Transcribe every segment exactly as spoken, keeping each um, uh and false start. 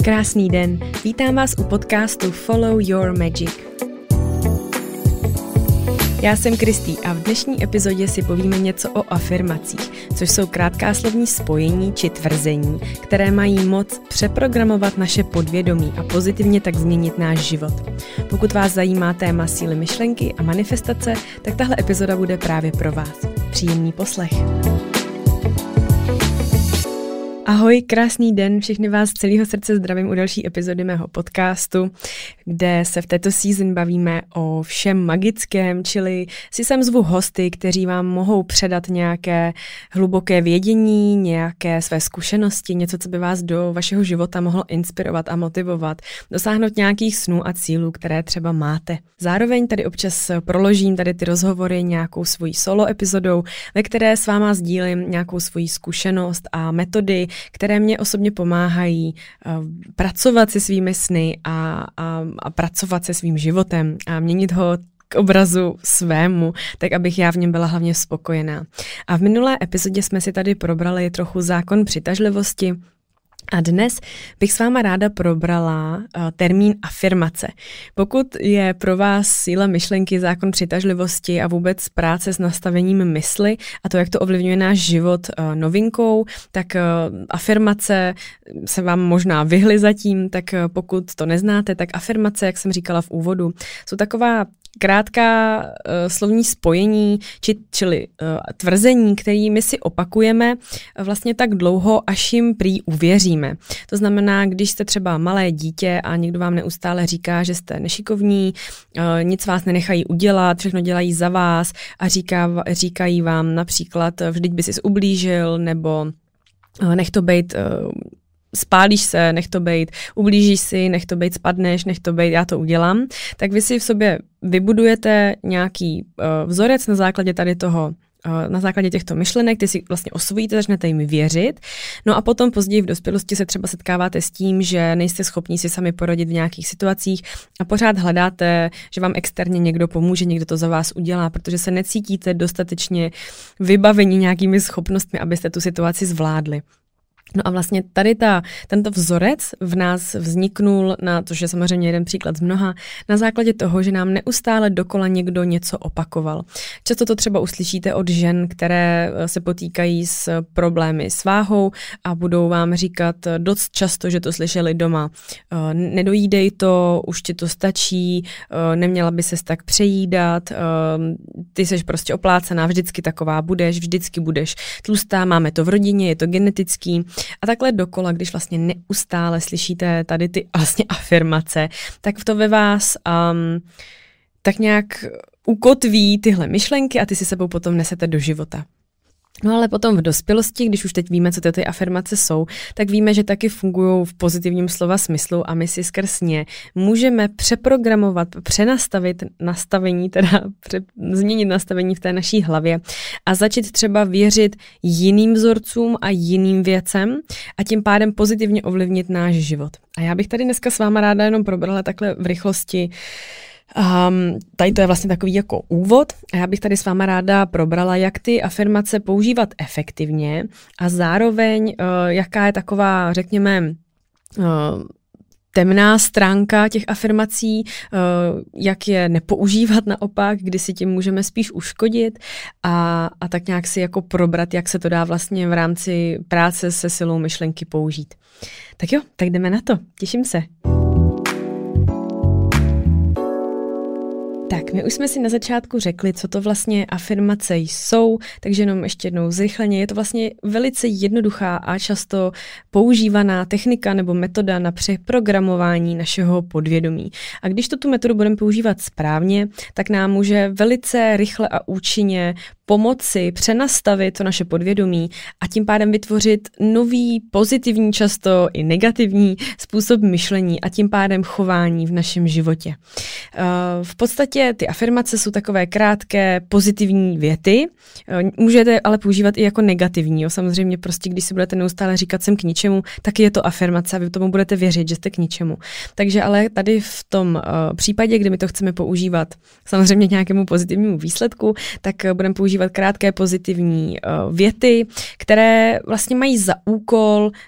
Krásný den, vítám vás u podcastu Follow Your Magic. Já jsem Kristý a v dnešní epizodě si povíme něco o afirmacích, což jsou krátká slovní spojení či tvrzení, které mají moc přeprogramovat naše podvědomí a pozitivně tak změnit náš život. Pokud vás zajímá téma síly myšlenky a manifestace, tak tahle epizoda bude právě pro vás. Příjemný poslech. Ahoj, krásný den, všechny vás z celého srdce zdravím u další epizody mého podcastu, kde se v této season bavíme o všem magickém, čili si sem zvu hosty, kteří vám mohou předat nějaké hluboké vědění, nějaké své zkušenosti, něco, co by vás do vašeho života mohlo inspirovat a motivovat, dosáhnout nějakých snů a cílů, které třeba máte. Zároveň tady občas proložím tady ty rozhovory nějakou svojí solo epizodou, ve které s váma sdílím nějakou svoji zkušenost a metody, které mě osobně pomáhají uh, pracovat se svými sny a, a, a pracovat se svým životem a měnit ho k obrazu svému, tak abych já v něm byla hlavně spokojená. A v minulé epizodě jsme si tady probrali trochu zákon přitažlivosti, a dnes bych s váma ráda probrala uh, termín afirmace. Pokud je pro vás síla myšlenky, zákon přitažlivosti a vůbec práce s nastavením mysli a to, jak to ovlivňuje náš život uh, novinkou, tak uh, afirmace se vám možná vyhly zatím, tak uh, pokud to neznáte, tak afirmace, jak jsem říkala v úvodu, jsou taková krátká uh, slovní spojení, či, čili uh, tvrzení, kterými si opakujeme uh, vlastně tak dlouho, až jim prý uvěříme. To znamená, když jste třeba malé dítě a někdo vám neustále říká, že jste nešikovní, uh, nic vás nenechají udělat, všechno dělají za vás a říká, říkají vám například, vždyť by sis ublížil, nebo uh, nech to bejt, uh, spálíš se, nech to bejt, ublížíš si, nech to bejt, spadneš, nech to bejt, já to udělám, tak vy si v sobě vybudujete nějaký uh, vzorec na základě tady toho, uh, na základě těchto myšlenek, ty si vlastně osvojíte, začnete jim věřit, no a potom později v dospělosti se třeba setkáváte s tím, že nejste schopní si sami poradit v nějakých situacích a pořád hledáte, že vám externě někdo pomůže, někdo to za vás udělá, protože se necítíte dostatečně vybavení nějakými schopnostmi, abyste tu situaci zvládli. No a vlastně tady ta, tento vzorec v nás vzniknul, na to, že samozřejmě jeden příklad z mnoha, na základě toho, že nám neustále dokola někdo něco opakoval. Často to třeba uslyšíte od žen, které se potýkají s problémy s váhou a budou vám říkat dost často, že to slyšeli doma. Nedojídej to, už ti to stačí, neměla by ses tak přejídat, ty seš prostě oplácená, vždycky taková budeš, vždycky budeš tlustá, máme to v rodině, je to genetický. A takhle dokola, když vlastně neustále slyšíte tady ty vlastně afirmace, tak to ve vás um, tak nějak ukotví tyhle myšlenky a ty si sebou potom nesete do života. No ale potom v dospělosti, když už teď víme, co ty, ty afirmace jsou, tak víme, že taky fungují v pozitivním slova smyslu a my si skrz ně můžeme přeprogramovat, přenastavit nastavení, teda pře, změnit nastavení v té naší hlavě a začít třeba věřit jiným vzorcům a jiným věcem a tím pádem pozitivně ovlivnit náš život. A já bych tady dneska s váma ráda jenom probrala takhle v rychlosti. Um, tady to je vlastně takový jako úvod a já bych tady s váma ráda probrala, jak ty afirmace používat efektivně a zároveň uh, jaká je taková, řekněme, uh, temná stránka těch afirmací, uh, jak je nepoužívat naopak, kdy si tím můžeme spíš uškodit a, a tak nějak si jako probrat, jak se to dá vlastně v rámci práce se silou myšlenky použít. Tak jo, tak jdeme na to, těším se. Tak, my už jsme si na začátku řekli, co to vlastně afirmace jsou, takže jenom ještě jednou zrychleně. Je to vlastně velice jednoduchá a často používaná technika nebo metoda na přeprogramování našeho podvědomí. A když to tu metodu budeme používat správně, tak nám může velice rychle a účinně pomoci přenastavit to naše podvědomí a tím pádem vytvořit nový, pozitivní, často i negativní způsob myšlení a tím pádem chování v našem životě. V podstatě ty afirmace jsou takové krátké, pozitivní věty. Můžete ale používat i jako negativní. Jo. Samozřejmě prostě, když si budete neustále říkat jsem k ničemu, tak je to afirmace a vy tomu budete věřit, že jste k ničemu. Takže ale tady v tom uh, případě, kdy my to chceme používat samozřejmě k nějakému pozitivnímu výsledku, tak uh, budeme používat krátké pozitivní uh, věty, které vlastně mají za úkol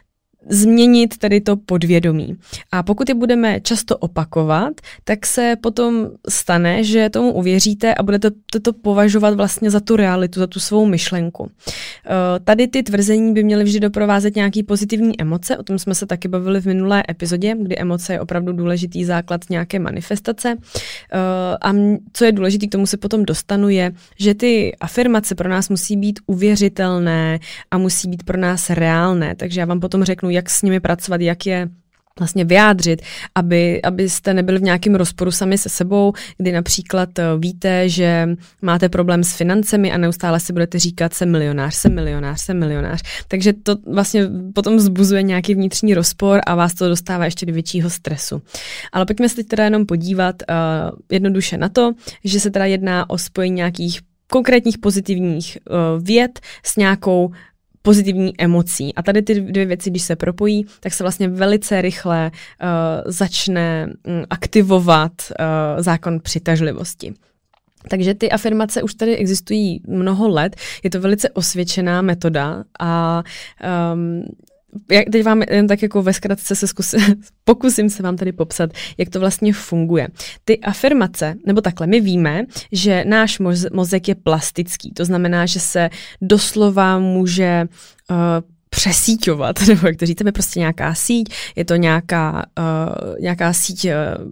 změnit tady to podvědomí. A pokud je budeme často opakovat, tak se potom stane, že tomu uvěříte a budete to považovat vlastně za tu realitu, za tu svou myšlenku. Tady ty tvrzení by měly vždy doprovázet nějaký pozitivní emoce, o tom jsme se taky bavili v minulé epizodě, kdy emoce je opravdu důležitý základ nějaké manifestace. A co je důležité, k tomu se potom dostanu, je, že ty afirmace pro nás musí být uvěřitelné a musí být pro nás reálné. Takže já vám potom řeknu, jak s nimi pracovat, jak je vlastně vyjádřit, aby, abyste nebyli v nějakém rozporu sami se sebou, kdy například víte, že máte problém s financemi a neustále si budete říkat jsem milionář, jsem milionář, jsem milionář. Takže to vlastně potom vzbuzuje nějaký vnitřní rozpor a vás to dostává ještě do většího stresu. Ale pojďme se teď teda jenom podívat uh, jednoduše na to, že se teda jedná o spojení nějakých konkrétních pozitivních uh, vět s nějakou pozitivní emocí. A tady ty dvě věci, když se propojí, tak se vlastně velice rychle uh, začne um, aktivovat uh, zákon přitažlivosti. Takže ty afirmace už tady existují mnoho let, je to velice osvědčená metoda a um, jak teď vám jen tak jako ve zkratce se zkus, pokusím se vám tady popsat, jak to vlastně funguje. Ty afirmace, nebo takhle, my víme, že náš moz, mozek je plastický, to znamená, že se doslova může uh, přesíťovat, nebo jak to říct, je prostě nějaká síť, je to nějaká, uh, nějaká síť uh,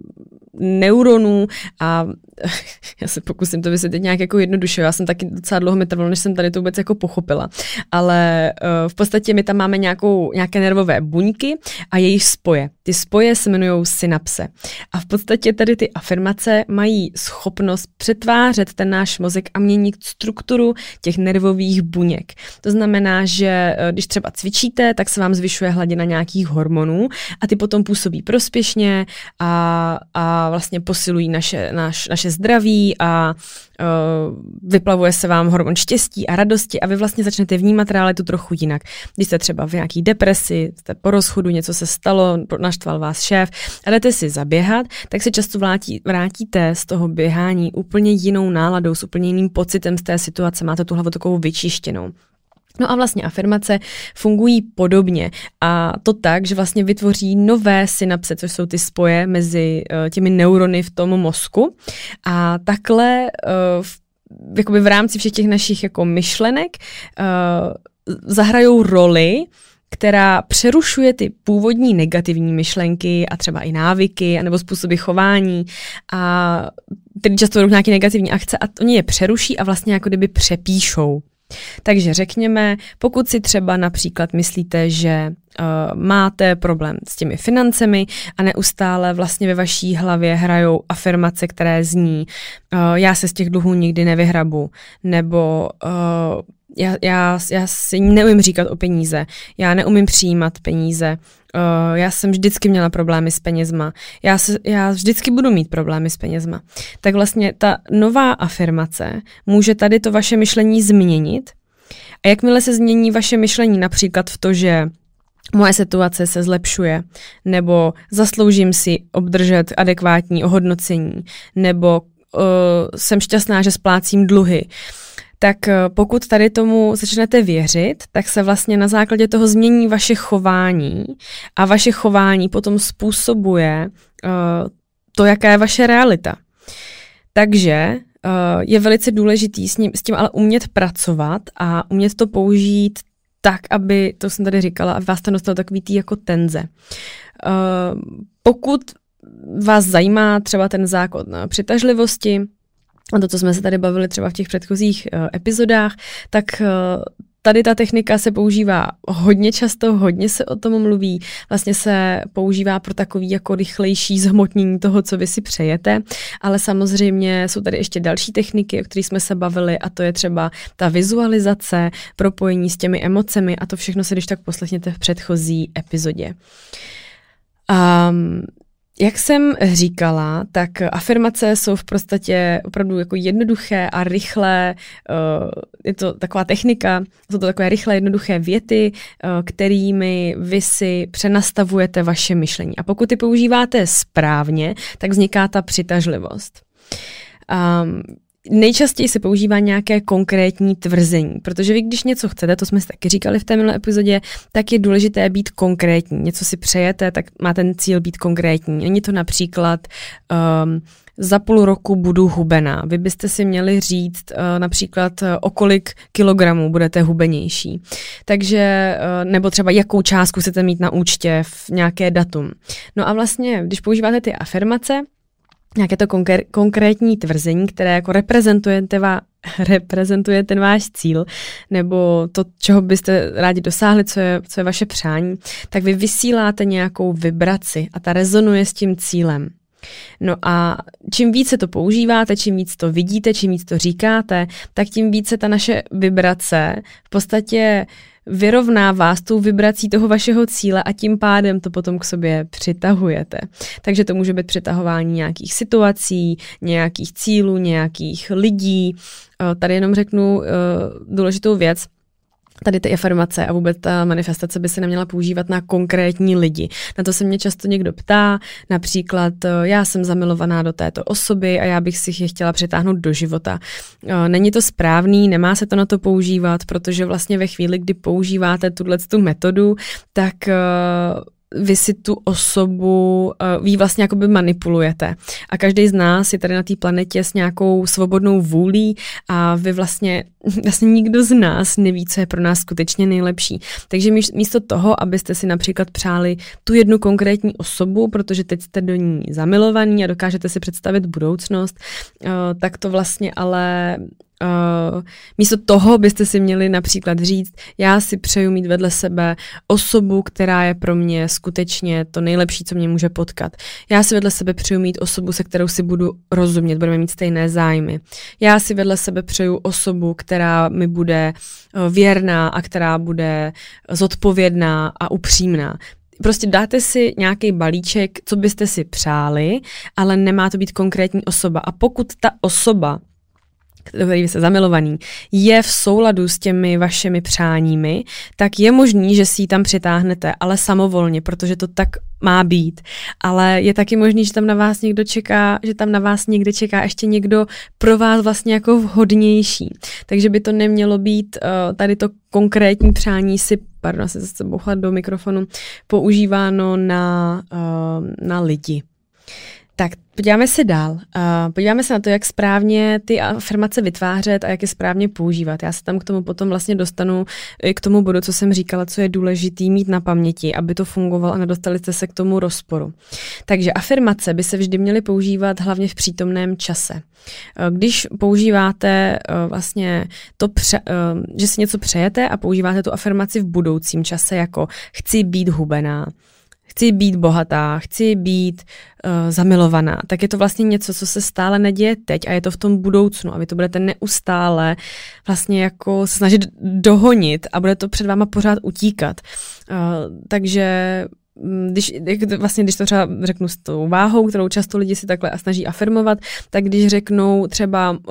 neuronů a já se pokusím to vysvětlit nějak jako jednoduše. Já jsem taky docela dlouho mi trvalo, než jsem tady to vůbec jako pochopila. Ale uh, v podstatě my tam máme nějakou, nějaké nervové buňky a jejich spoje. Ty spoje se jmenují synapse. A v podstatě tady ty afirmace mají schopnost přetvářet ten náš mozek a měnit strukturu těch nervových buněk. To znamená, že uh, když třeba cvičíte, tak se vám zvyšuje hladina nějakých hormonů a ty potom působí prospěšně a, a vlastně posilují naše, naš, naše zdraví a uh, vyplavuje se vám hormon štěstí a radosti a vy vlastně začnete vnímat realitu trochu jinak. Když jste třeba v nějaký depresi, jste po rozchodu, něco se stalo, naštval vás šéf a jdete si zaběhat, tak se často vrátí, vrátíte z toho běhání úplně jinou náladou, s úplně jiným pocitem z té situace, máte tu hlavu takovou vyčištěnou. No a vlastně afirmace fungují podobně a to tak, že vlastně vytvoří nové synapse, což jsou ty spoje mezi uh, těmi neurony v tom mozku a takhle uh, v, jakoby v rámci všech těch našich jako myšlenek uh, zahrajou roli, která přerušuje ty původní negativní myšlenky a třeba i návyky anebo způsoby chování a tedy často budou nějaké negativní akce a oni je přeruší a vlastně jako kdyby přepíšou. Takže řekněme, pokud si třeba například myslíte, že uh, máte problém s těmi financemi a neustále vlastně ve vaší hlavě hrajou afirmace, které zní uh, já se z těch dluhů nikdy nevyhrabu, nebo uh, já, já, já si neumím říkat o peníze, já neumím přijímat peníze, uh, já jsem vždycky měla problémy s penězma, já, se, já vždycky budu mít problémy s penězma. Tak vlastně ta nová afirmace může tady to vaše myšlení změnit a jakmile se změní vaše myšlení například v to, že moje situace se zlepšuje, nebo zasloužím si obdržet adekvátní ohodnocení, nebo uh, jsem šťastná, že splácím dluhy, tak pokud tady tomu začnete věřit, tak se vlastně na základě toho změní vaše chování a vaše chování potom způsobuje uh, to, jaká je vaše realita. Takže uh, je velice důležitý s, ním, s tím ale umět pracovat a umět to použít tak, aby, to jsem tady říkala, aby vás tam dostalo takový tý jako tenze. Uh, pokud vás zajímá třeba ten zákon přitažlivosti, a to, co jsme se tady bavili třeba v těch předchozích uh, epizodách, tak uh, tady ta technika se používá hodně často, hodně se o tom mluví, vlastně se používá pro takový jako rychlejší zhmotnění toho, co vy si přejete, ale samozřejmě jsou tady ještě další techniky, o kterých jsme se bavili a to je třeba ta vizualizace, propojení s těmi emocemi a to všechno se když tak poslechněte v předchozí epizodě. Um, Jak jsem říkala, tak afirmace jsou v podstatě opravdu jako jednoduché a rychlé, je to taková technika, jsou to takové rychlé, jednoduché věty, kterými vy si přenastavujete vaše myšlení. A pokud ty používáte správně, tak vzniká ta přitažlivost. Um, nejčastěji se používá nějaké konkrétní tvrzení, protože vy, když něco chcete, to jsme si taky říkali v té minulé epizodě, tak je důležité být konkrétní. Něco si přejete, tak má ten cíl být konkrétní. Není to například um, za půl roku budu hubená. Vy byste si měli říct uh, například, uh, o kolik kilogramů budete hubenější. Takže, uh, nebo třeba jakou částku chcete mít na účtě v nějaké datum. No a vlastně, když používáte ty afirmace, nějaké to konkr- konkrétní tvrzení, které jako reprezentuje, va- reprezentuje ten váš cíl, nebo to, čeho byste rádi dosáhli, co je, co je vaše přání, tak vy vysíláte nějakou vibraci a ta rezonuje s tím cílem. No a čím více to používáte, čím víc to vidíte, čím víc to říkáte, tak tím více ta naše vibrace v podstatě vyrovnává s tou vibrací toho vašeho cíle a tím pádem to potom k sobě přitahujete. Takže to může být přitahování nějakých situací, nějakých cílů, nějakých lidí. Tady jenom řeknu uh, důležitou věc. Tady ty afirmace a vůbec ta manifestace by se neměla používat na konkrétní lidi. Na to se mě často někdo ptá, například já jsem zamilovaná do této osoby a já bych si je chtěla přitáhnout do života. Není to správný, nemá se to na to používat, protože vlastně ve chvíli, kdy používáte tuto metodu, tak vy si tu osobu, vy ji vlastně jakoby manipulujete. A každý z nás je tady na té planetě s nějakou svobodnou vůlí a vy vlastně, vlastně nikdo z nás neví, co je pro nás skutečně nejlepší. Takže místo toho, abyste si například přáli tu jednu konkrétní osobu, protože teď jste do ní zamilovaní a dokážete si představit budoucnost, tak to vlastně ale Uh, místo toho byste si měli například říct, já si přeju mít vedle sebe osobu, která je pro mě skutečně to nejlepší, co mě může potkat. Já si vedle sebe přeju mít osobu, se kterou si budu rozumět, budeme mít stejné zájmy. Já si vedle sebe přeju osobu, která mi bude uh, věrná a která bude zodpovědná a upřímná. Prostě dáte si nějaký balíček, co byste si přáli, ale nemá to být konkrétní osoba. A pokud ta osoba, který jste zamilovaný, je v souladu s těmi vašimi přáními, tak je možný, že si ji tam přitáhnete, ale samovolně, protože to tak má být. Ale je taky možný, že tam na vás někdo čeká, že tam na vás někde čeká ještě někdo pro vás vlastně jako vhodnější. Takže by to nemělo být uh, tady to konkrétní přání si, pardon, se zase bouchat do mikrofonu, používáno na, uh, na lidi. Tak podíváme se dál. Uh, podíváme se na to, jak správně ty afirmace vytvářet a jak je správně používat. Já se tam k tomu potom vlastně dostanu k tomu bodu, co jsem říkala, co je důležitý mít na paměti, aby to fungovalo a nedostali jste se k tomu rozporu. Takže afirmace by se vždy měly používat hlavně v přítomném čase. Uh, když používáte uh, vlastně to, pře- uh, že si něco přejete a používáte tu afirmaci v budoucím čase jako chci být hubená, chci být bohatá, chci být uh, zamilovaná, tak je to vlastně něco, co se stále neděje teď a je to v tom budoucnu a vy to budete neustále vlastně jako se snažit dohonit a bude to před váma pořád utíkat. Uh, takže Když, vlastně, když to třeba řeknu s tou váhou, kterou často lidi si takhle snaží afirmovat, tak když řeknou třeba uh,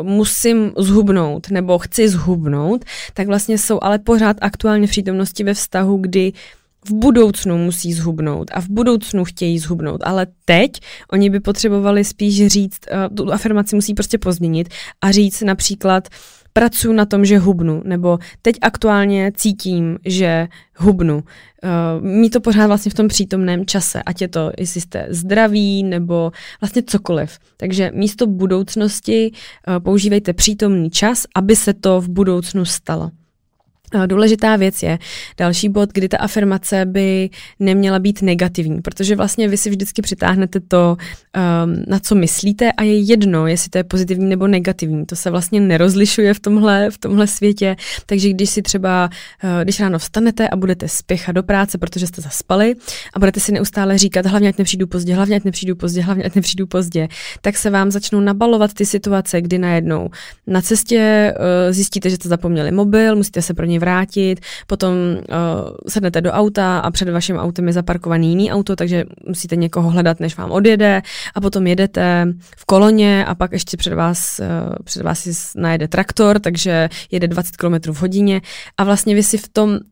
musím zhubnout nebo chci zhubnout, tak vlastně jsou ale pořád aktuálně v přítomnosti ve vztahu, kdy v budoucnu musí zhubnout a v budoucnu chtějí zhubnout, ale teď oni by potřebovali spíš říct, uh, tu afirmaci musí prostě pozměnit a říct například pracuji na tom, že hubnu, nebo teď aktuálně cítím, že hubnu. Uh, mít to pořád vlastně v tom přítomném čase, ať je to, jestli jste zdraví, nebo vlastně cokoliv. Takže místo budoucnosti uh, používejte přítomný čas, aby se to v budoucnu stalo. Důležitá věc je další bod, kdy ta afirmace by neměla být negativní, protože vlastně vy si vždycky přitáhnete to, um, na co myslíte a je jedno, jestli to je pozitivní nebo negativní. To se vlastně nerozlišuje v tomhle, v tomhle světě, takže když si třeba, uh, když ráno vstanete a budete spěchat do práce, protože jste zaspali a budete si neustále říkat, hlavně ať nepřijdu pozdě, hlavně ať nepřijdu pozdě, hlavně ať nepřijdu pozdě, tak se vám začnou nabalovat ty situace, kdy najednou na cestě uh, zjistíte, že jste zapomněli mobil, musíte se pro něj vrátit, potom uh, sednete do auta a před vaším autem je zaparkovaný jiný auto, takže musíte někoho hledat, než vám odjede a potom jedete v koloně a pak ještě před vás, uh, před vás si najede traktor, takže jede dvacet kilometrů v hodině a vlastně vy si v tom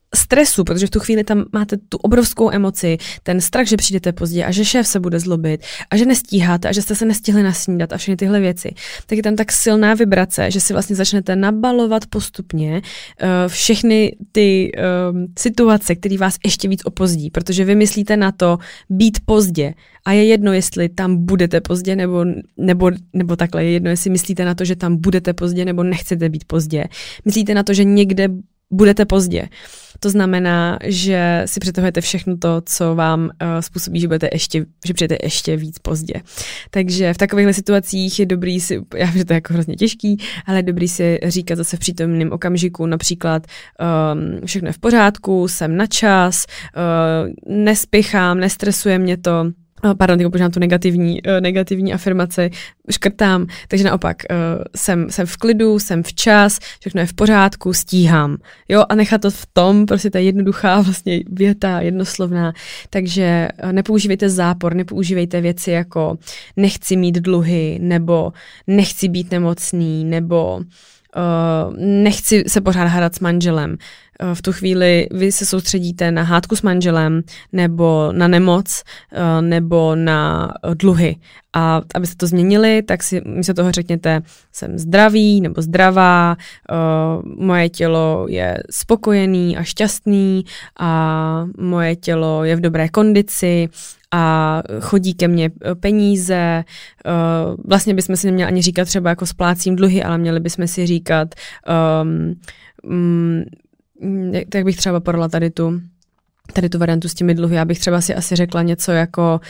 stresu, protože v tu chvíli tam máte tu obrovskou emoci, ten strach, že přijdete pozdě a že šéf se bude zlobit a že nestíháte a že jste se nestihli nasnídat a všechny tyhle věci, tak je tam tak silná vibrace, že si vlastně začnete nabalovat postupně uh, všechny ty uh, situace, které vás ještě víc opozdí, protože vy myslíte na to být pozdě a je jedno, jestli tam budete pozdě nebo, nebo, nebo takhle, je jedno, jestli myslíte na to, že tam budete pozdě nebo nechcete být pozdě. Myslíte na to, že někde budete pozdě. To znamená, že si přetahujete všechno to, co vám uh, způsobí, že budete ještě, že přijdete ještě víc pozdě. Takže v takovýchhle situacích je dobrý si, já vím, že to je jako hrozně těžký, ale je dobrý si říkat zase v přítomném okamžiku, například um, všechno je v pořádku, jsem na čas, uh, nespěchám, nestresuje mě to. Pardon, teď používám tu negativní, uh, negativní afirmaci, škrtám, takže naopak uh, jsem, jsem v klidu, jsem včas, všechno je v pořádku, stíhám. Jo, a nechat to v tom, prostě ta jednoduchá vlastně věta, jednoslovná, takže uh, nepoužívejte zápor, nepoužívejte věci jako nechci mít dluhy, nebo nechci být nemocný, nebo uh, nechci se pořád hádat s manželem. V tu chvíli vy se soustředíte na hádku s manželem, nebo na nemoc, nebo na dluhy. A abyste to změnili, tak si místo toho řekněte, jsem zdravý nebo zdravá, moje tělo je spokojený a šťastný a moje tělo je v dobré kondici a chodí ke mně peníze. Vlastně bychom si neměli ani říkat třeba jako splácím dluhy, ale měli bychom si říkat um, um, tak bych třeba poradila tady tu, tady tu variantu s těmi dluhy. Já bych třeba si asi řekla něco jako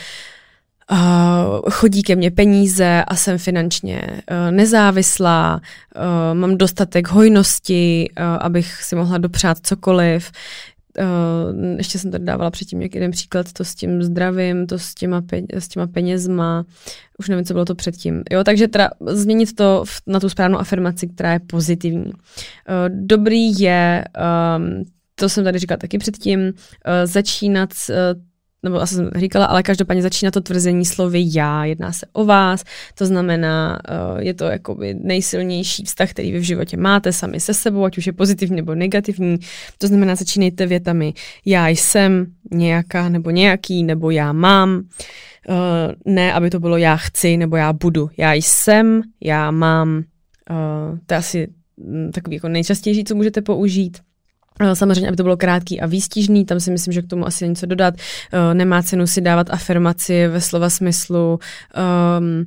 uh, chodí ke mně peníze a jsem finančně uh, nezávislá, uh, mám dostatek hojnosti, uh, abych si mohla dopřát cokoliv. Uh, ještě jsem tady dávala předtím jak jeden příklad, to s tím zdravím, to s těma, pe- s těma penězma, už nevím, co bylo to předtím. Jo, takže teda změnit to v, na tu správnou afirmaci, která je pozitivní. Uh, dobrý je, um, to jsem tady říkala taky předtím, uh, začínat uh, nebo asi jsem říkala, ale každopádně začíná to tvrzení slovy já, jedná se o vás, to znamená, je to jakoby nejsilnější vztah, který vy v životě máte sami se sebou, ať už je pozitivní nebo negativní, to znamená začínejte větami já jsem nějaká nebo nějaký, nebo já mám, ne, aby to bylo já chci nebo já budu, já jsem, já mám, to je asi takový jako nejčastější, co můžete použít. Samozřejmě, aby to bylo krátký a výstižný, tam si myslím, že k tomu asi něco dodat. Nemá cenu si dávat afirmaci ve slova smyslu um,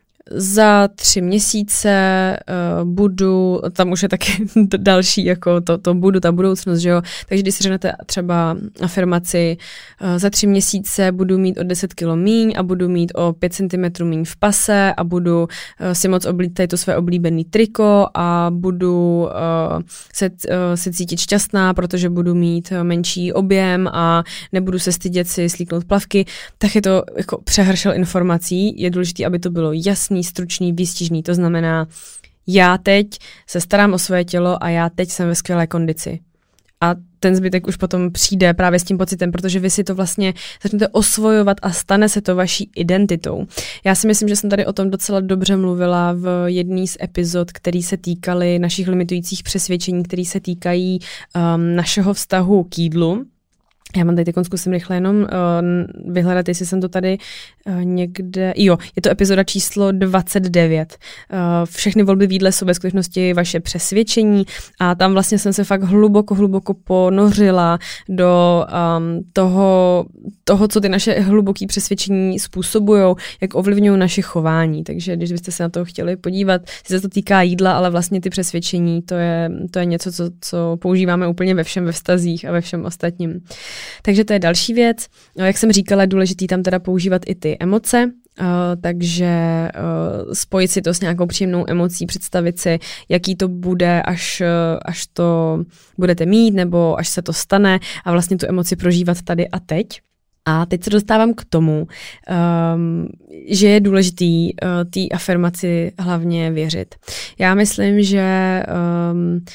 za tři měsíce uh, budu, tam už je taky další, jako to, to budu, ta budoucnost, že jo. Takže když si řeknete třeba afirmaci uh, za tři měsíce budu mít o deset kilo míň a budu mít o pět centimetrů míň v pase a budu uh, si moc oblít tady to své oblíbený triko a budu uh, se, uh, se cítit šťastná, protože budu mít menší objem a nebudu se stydět si slíknout plavky, tak je to jako přehršel informací. Je důležité, aby to bylo jasný, stručný, výstižný. To znamená, já teď se starám o své tělo a já teď jsem ve skvělé kondici. A ten zbytek už potom přijde právě s tím pocitem, protože vy si to vlastně začnete osvojovat a stane se to vaší identitou. Já si myslím, že jsem tady o tom docela dobře mluvila v jedné z epizod, které se týkaly našich limitujících přesvědčení, které se týkají um, našeho vztahu k jídlu. Já mám tady teď zkusím rychle jenom uh, vyhledat, jestli jsem to tady uh, někde... Jo, je to epizoda číslo dvacet devět. Uh, všechny volby v jídle jsou ve skutečnosti vaše přesvědčení a tam vlastně jsem se fakt hluboko, hluboko ponořila do um, toho, toho, co ty naše hluboké přesvědčení způsobujou, jak ovlivňují naše chování. Takže když byste se na to chtěli podívat, se to týká jídla, ale vlastně ty přesvědčení, to je, to je něco, co, co používáme úplně ve všem, ve vztazích a ve všem ostatním. Takže to je další věc. No, jak jsem říkala, je důležitý tam teda používat i ty emoce, uh, takže uh, spojit si to s nějakou příjemnou emocí, představit si, jaký to bude, až, uh, až to budete mít, nebo až se to stane a vlastně tu emoci prožívat tady a teď. A teď se dostávám k tomu, um, že je důležitý uh, té afirmaci hlavně věřit. Já myslím, že um,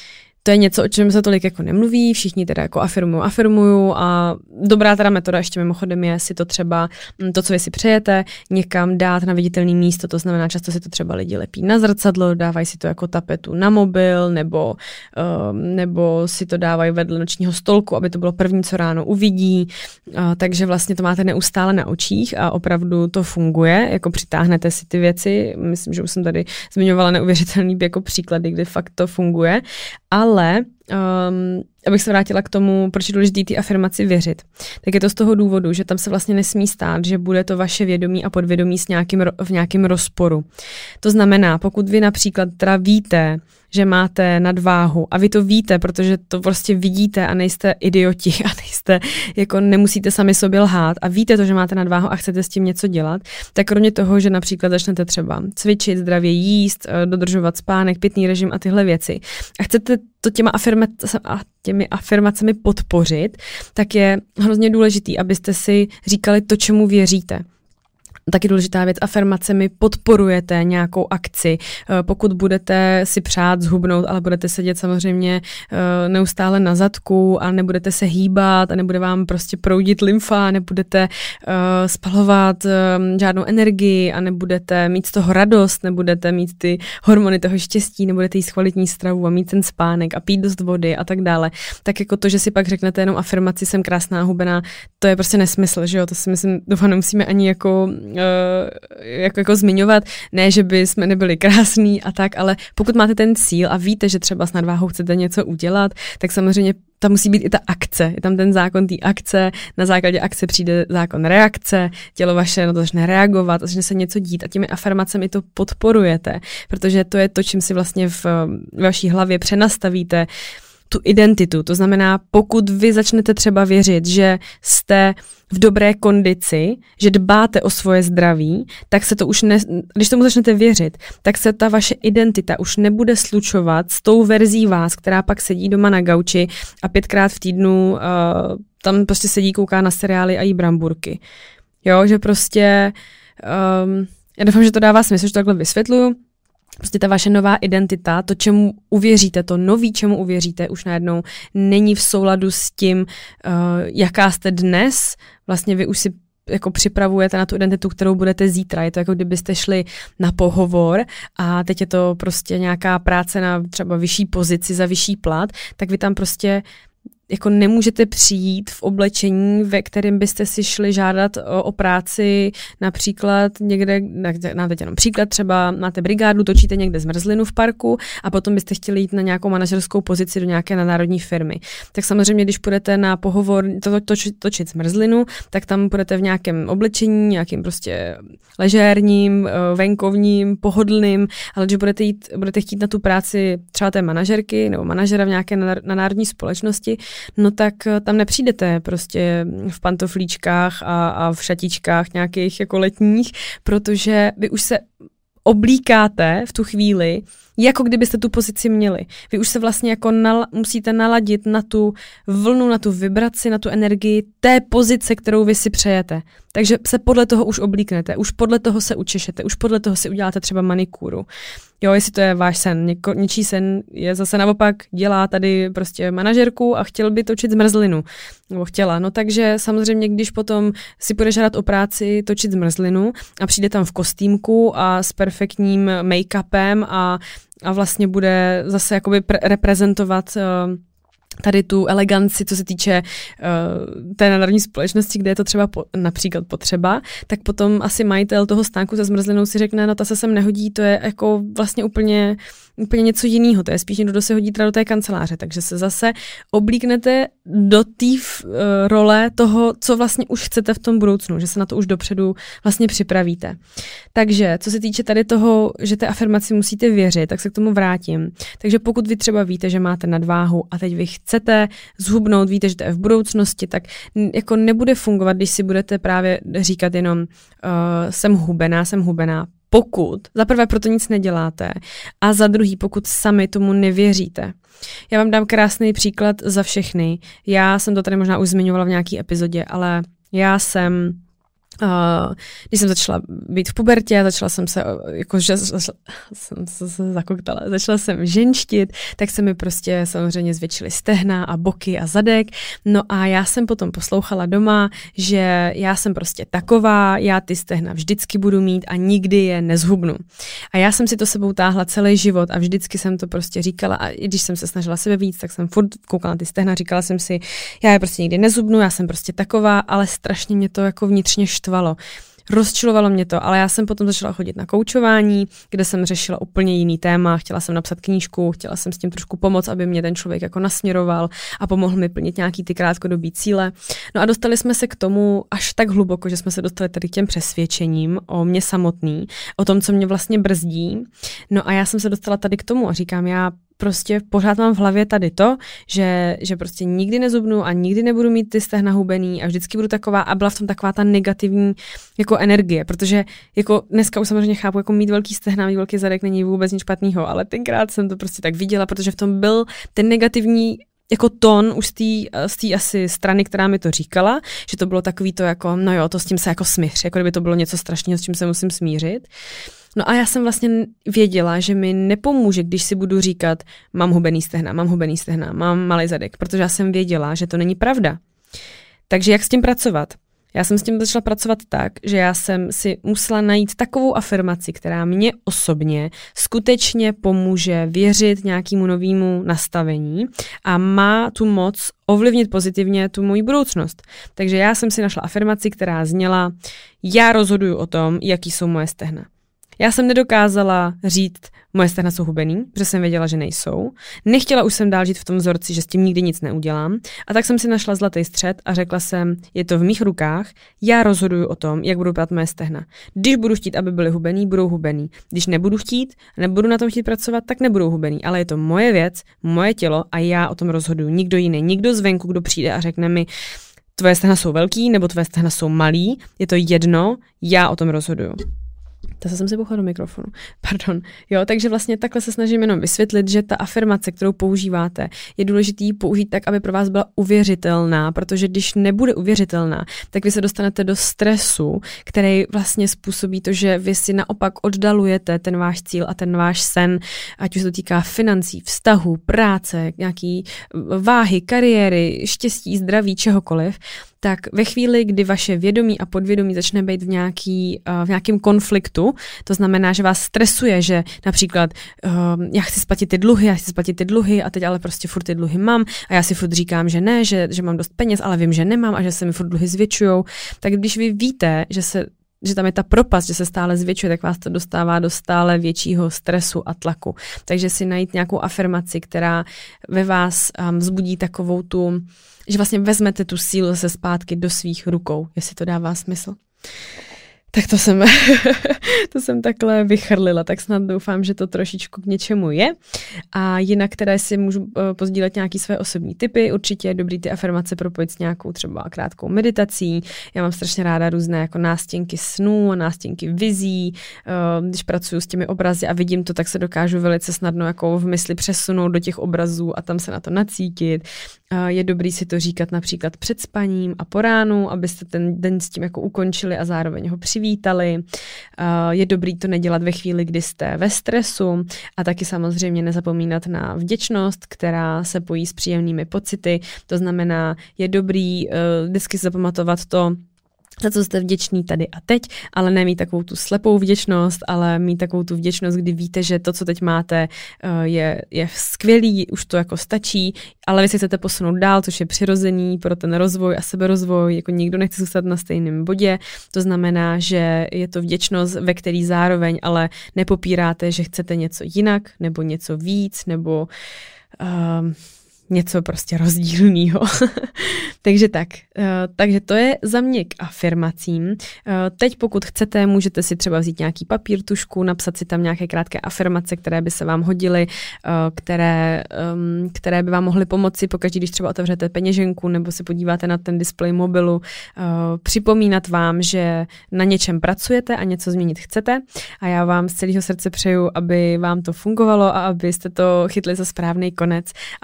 to je něco, o čem se tolik jako nemluví, všichni teda jako afirmuju, afirmuju a dobrá teda metoda ještě mimochodem je si to třeba, to, co vy si přejete, někam dát na viditelné místo, to znamená, často si to třeba lidi lepí na zrcadlo, dávají si to jako tapetu na mobil, nebo, um, nebo si to dávají vedle nočního stolku, aby to bylo první, co ráno uvidí, uh, takže vlastně to máte neustále na očích a opravdu to funguje, jako přitáhnete si ty věci, myslím, že už jsem tady zmiňovala neuvěřitelný jako příklady, kdy fakt to funguje, ale um, abych se vrátila k tomu, proč je důležité ty afirmaci věřit, tak je to z toho důvodu, že tam se vlastně nesmí stát, že bude to vaše vědomí a podvědomí s nějakým, v nějakém rozporu. To znamená, pokud vy například teda víte, že máte nadváhu a vy to víte, protože to prostě vidíte a nejste idioti a nejste, jako nemusíte sami sobě lhát a víte to, že máte nadváhu a chcete s tím něco dělat, tak kromě toho, že například začnete třeba cvičit, zdravě jíst, dodržovat spánek, pitný režim a tyhle věci a chcete to těma, afirmac- a těmi afirmacemi podpořit, tak je hrozně důležitý, abyste si říkali to, čemu věříte. Taky důležitá věc, afirmacemi podporujete nějakou akci. Pokud budete si přát zhubnout, ale budete sedět samozřejmě neustále na zadku a nebudete se hýbat a nebude vám prostě proudit lymfa, nebudete spalovat žádnou energii a nebudete mít z toho radost, nebudete mít ty hormony toho štěstí, nebudete jíst kvalitní stravu a mít ten spánek a pít dost vody a tak dále. Tak jako to, že si pak řeknete jenom afirmaci, jsem krásná, hubená, to je prostě nesmysl, že jo? To si myslím, doufám, nemusíme ani jako Jako, jako zmiňovat, ne, že by jsme nebyli krásní a tak, ale pokud máte ten cíl a víte, že třeba s nadváhou chcete něco udělat, tak samozřejmě tam musí být i ta akce. Je tam ten zákon té akce, na základě akce přijde zákon reakce, tělo vaše no to začne reagovat, začne se něco dít a těmi afirmacemi to podporujete, protože to je to, čím si vlastně v, v vaší hlavě přenastavíte tu identitu. To znamená, pokud vy začnete třeba věřit, že jste v dobré kondici, že dbáte o svoje zdraví, tak se to už ne, když tomu začnete věřit, tak se ta vaše identita už nebude slučovat s tou verzí vás, která pak sedí doma na gauči a pětkrát v týdnu uh, tam prostě sedí, kouká na seriály a jí bramburky. Jo, že prostě um, já doufám, že to dává smysl, že to takhle vysvětluju. Prostě ta vaše nová identita, to, čemu uvěříte, to nový, čemu uvěříte, už najednou není v souladu s tím, uh, jaká jste dnes. Vlastně vy už si jako připravujete na tu identitu, kterou budete zítra. Je to jako kdybyste šli na pohovor a teď je to prostě nějaká práce na třeba vyšší pozici za vyšší plat, tak vy tam prostě jako nemůžete přijít v oblečení, ve kterém byste si šli žádat o, o práci například někde, na teď jenom příklad, třeba máte brigádu, točíte někde zmrzlinu v parku a potom byste chtěli jít na nějakou manažerskou pozici do nějaké nadnárodní firmy. Tak samozřejmě, když půjdete na pohovor to, to, točit zmrzlinu, tak tam půjdete v nějakém oblečení, nějakým prostě ležérním, venkovním, pohodlným, ale když budete, jít, budete chtít na tu práci třeba té manažerky nebo manažera v nějaké nadnárodní společnosti, no tak tam nepřijdete prostě v pantoflíčkách a, a v šatičkách nějakých jako letních, protože vy už se oblíkáte v tu chvíli, jako kdybyste tu pozici měli. Vy už se vlastně jako nal- musíte naladit na tu vlnu, na tu vibraci, na tu energii té pozice, kterou vy si přejete. Takže se podle toho už oblíknete, už podle toho se učešete, už podle toho si uděláte třeba manikúru. Jo, jestli to je váš sen. Něko, něčí sen je zase naopak, dělá tady prostě manažerku a chtěl by točit zmrzlinu. Nebo chtěla. No takže samozřejmě, když potom si půjde žádat o práci točit zmrzlinu a přijde tam v kostýmku a s perfektním make-upem a, a vlastně bude zase jakoby pre- reprezentovat uh, tady tu eleganci, co se týče uh, té nadnárodní společnosti, kde je to třeba po, například potřeba, tak potom asi majitel toho stánku se zmrzlinou si řekne, no ta se sem nehodí, to je jako vlastně úplně, úplně něco jiného, to je spíš někdo, kdo se hodí teda do té kanceláře, takže se zase oblíknete do té uh, role toho, co vlastně už chcete v tom budoucnu, že se na to už dopředu vlastně připravíte. Takže, co se týče tady toho, že té afirmaci musíte věřit, tak se k tomu vrátím. Takže pokud vy třeba víte, že máte nadváhu a teď vy chcete zhubnout, víte, že to je v budoucnosti, tak jako nebude fungovat, když si budete právě říkat jenom uh, jsem hubená, jsem hubená, pokud za prvé proto nic neděláte a za druhý, pokud sami tomu nevěříte. Já vám dám krásný příklad za všechny. Já jsem to tady možná už zmiňovala v nějaký epizodě, ale já jsem Uh, když jsem začala být v pubertě, začala jsem se, jako, že začala, jsem se zakoktala, začala jsem ženštit, tak se mi prostě samozřejmě zvětšily stehna a boky a zadek. No a já jsem potom poslouchala doma, že já jsem prostě taková, já ty stehna vždycky budu mít a nikdy je nezhubnu. A já jsem si to sebou táhla celý život a vždycky jsem to prostě říkala a i když jsem se snažila sebe víc, tak jsem furt koukala na ty stehna, říkala jsem si, já je prostě nikdy nezhubnu, já jsem prostě taková, ale strašně mě to jako vnitřně štvalo. Rozčilovalo mě to, ale já jsem potom začala chodit na koučování, kde jsem řešila úplně jiný téma, chtěla jsem napsat knížku, chtěla jsem s tím trošku pomoct, aby mě ten člověk jako nasměroval a pomohl mi plnit nějaký ty krátkodobý cíle. No a dostali jsme se k tomu až tak hluboko, že jsme se dostali tady k těm přesvědčením o mě samotný, o tom, co mě vlastně brzdí. No a já jsem se dostala tady k tomu a říkám, já prostě pořád mám v hlavě tady to, že, že prostě nikdy nezubnu a nikdy nebudu mít ty stehna hubený a vždycky budu taková a byla v tom taková ta negativní jako energie, protože jako dneska už samozřejmě chápu, jako mít velký stehna, mít velký zadek není vůbec nic špatného, ale tenkrát jsem to prostě tak viděla, protože v tom byl ten negativní jako tón už z té asi strany, která mi to říkala, že to bylo takový to jako, no jo, to s tím se jako smíř, jako kdyby to bylo něco strašného, s čím se musím smířit. No a já jsem vlastně věděla, že mi nepomůže, když si budu říkat, mám hubený stehna, mám hubený stehna, mám malý zadek, protože já jsem věděla, že to není pravda. Takže jak s tím pracovat? Já jsem s tím začala pracovat tak, že já jsem si musela najít takovou afirmaci, která mě osobně skutečně pomůže věřit nějakému novému nastavení a má tu moc ovlivnit pozitivně tu moji budoucnost. Takže já jsem si našla afirmaci, která zněla, já rozhoduju o tom, jaký jsou moje stehna. Já jsem nedokázala říct, moje stehna jsou hubený, protože jsem věděla, že nejsou. Nechtěla už jsem dál žít v tom vzorci, že s tím nikdy nic neudělám. A tak jsem si našla zlatý střed a řekla jsem, je to v mých rukách, já rozhoduju o tom, jak budou vypadat moje stehna. Když budu chtít, aby byly hubený, budou hubený. Když nebudu chtít, nebudu na tom chtít pracovat, tak nebudou hubený. Ale je to moje věc, moje tělo a já o tom rozhoduju. Nikdo jiný, nikdo zvenku, kdo přijde a řekne mi, tvoje stehna jsou velký nebo tvoje stehna jsou malý, je to jedno, já o tom rozhoduju. To jsem si bouchla do mikrofonu. Pardon. Jo, takže vlastně takhle se snažím jenom vysvětlit, že ta afirmace, kterou používáte, je důležitý použít tak, aby pro vás byla uvěřitelná, protože když nebude uvěřitelná, tak vy se dostanete do stresu, který vlastně způsobí to, že vy si naopak oddalujete ten váš cíl a ten váš sen, ať už se to týká financí, vztahu, práce, nějaký váhy, kariéry, štěstí, zdraví, čehokoliv. Tak ve chvíli, kdy vaše vědomí a podvědomí začne být v, nějaký, v nějakém konfliktu, to znamená, že vás stresuje, že například uh, já chci splatit ty dluhy, já chci splatit ty dluhy a teď ale prostě furt ty dluhy mám a já si furt říkám, že ne, že, že mám dost peněz, ale vím, že nemám a že se mi furt dluhy zvětšujou. Tak když vy víte, že se že tam je ta propast, že se stále zvětšuje, tak vás to dostává do stále většího stresu a tlaku. Takže si najít nějakou afirmaci, která ve vás um, vzbudí takovou tu, že vlastně vezmete tu sílu zase zpátky do svých rukou, jestli to dává smysl. Tak to jsem, to jsem takhle vychrlila, tak snad doufám, že to trošičku k něčemu je. A jinak teda si můžu pozdílet nějaký své osobní tipy, určitě je dobrý ty afirmace propojit s nějakou třeba krátkou meditací. Já mám strašně ráda různé jako nástěnky snů, nástěnky vizí. Když pracuji s těmi obrazy a vidím to, tak se dokážu velice snadno jako v mysli přesunout do těch obrazů a tam se na to nacítit. Je dobrý si to říkat například před spaním a po ránu, abyste ten den s tím jako ukončili a zároveň ho přivítali. Je dobrý to nedělat ve chvíli, kdy jste ve stresu a taky samozřejmě nezapomínat na vděčnost, která se pojí s příjemnými pocity. To znamená, je dobrý vždycky zapamatovat to, za co jste vděční tady a teď, ale ne mít takovou tu slepou vděčnost, ale mít takovou tu vděčnost, kdy víte, že to, co teď máte, je, je skvělý, už to jako stačí, ale vy si chcete posunout dál, což je přirozený pro ten rozvoj a seberozvoj, jako nikdo nechce zůstat na stejném bodě, to znamená, že je to vděčnost, ve který zároveň ale nepopíráte, že chcete něco jinak, nebo něco víc, nebo um, něco prostě rozdílného. Takže tak. Takže to je za mě k afirmacím. Teď pokud chcete, můžete si třeba vzít nějaký papír, tužku, napsat si tam nějaké krátké afirmace, které by se vám hodily, které, které by vám mohly pomoci, pokaždé, když třeba otevřete peněženku nebo se podíváte na ten displej mobilu, připomínat vám, že na něčem pracujete a něco změnit chcete. A já vám z celého srdce přeju, aby vám to fungovalo a abyste to chytli za správný konec a propojili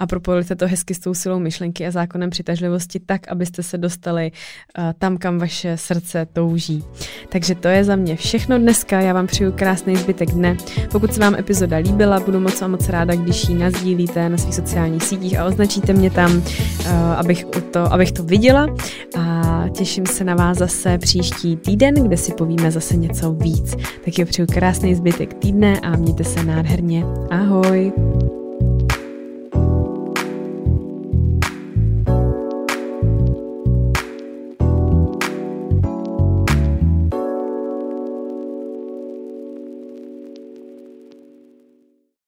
jste to hezky s tou silou myšlenky a zákonem přitažlivosti tak, abyste se dostali uh, tam, kam vaše srdce touží. Takže to je za mě všechno dneska, já vám přeju krásný zbytek dne. Pokud se vám epizoda líbila, budu moc a moc ráda, když ji nasdílíte na svých sociálních sítích a označíte mě tam, uh, abych, to, abych to viděla, a těším se na vás zase příští týden, kde si povíme zase něco víc. Tak jo, přeju krásný zbytek týdne a mějte se nádherně. Ahoj!